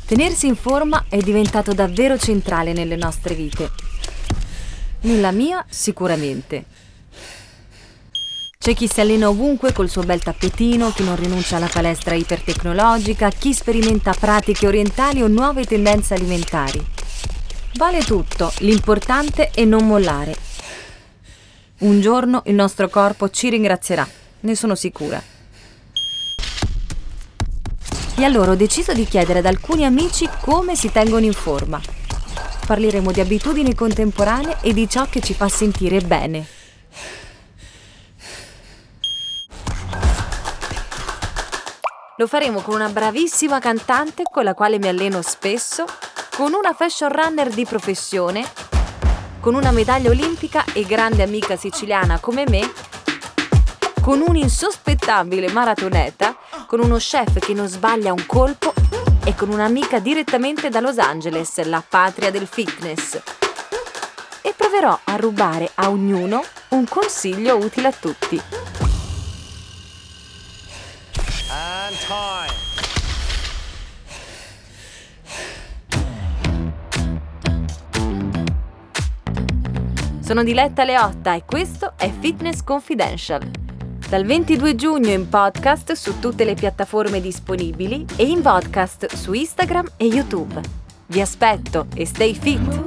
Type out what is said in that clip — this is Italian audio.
Tenersi in forma è diventato davvero centrale nelle nostre vite. Nella mia, sicuramente. C'è chi si allena ovunque col suo bel tappetino, chi non rinuncia alla palestra ipertecnologica, chi sperimenta pratiche orientali o nuove tendenze alimentari. Vale tutto, l'importante è non mollare. Un giorno il nostro corpo ci ringrazierà, ne sono sicura. E allora ho deciso di chiedere ad alcuni amici come si tengono in forma. Parleremo di abitudini contemporanee e di ciò che ci fa sentire bene. Lo faremo con una bravissima cantante con la quale mi alleno spesso, con una fashion runner di professione, con una medaglia olimpica e grande amica siciliana come me, con un'insospettabile maratoneta, con uno chef che non sbaglia un colpo e con un'amica direttamente da Los Angeles, la patria del fitness. E proverò a rubare a ognuno un consiglio utile a tutti. And time. Sono Diletta Leotta e questo è Fitness Confidential. Dal 22 giugno in podcast su tutte le piattaforme disponibili e in podcast su Instagram e YouTube. Vi aspetto e stay fit!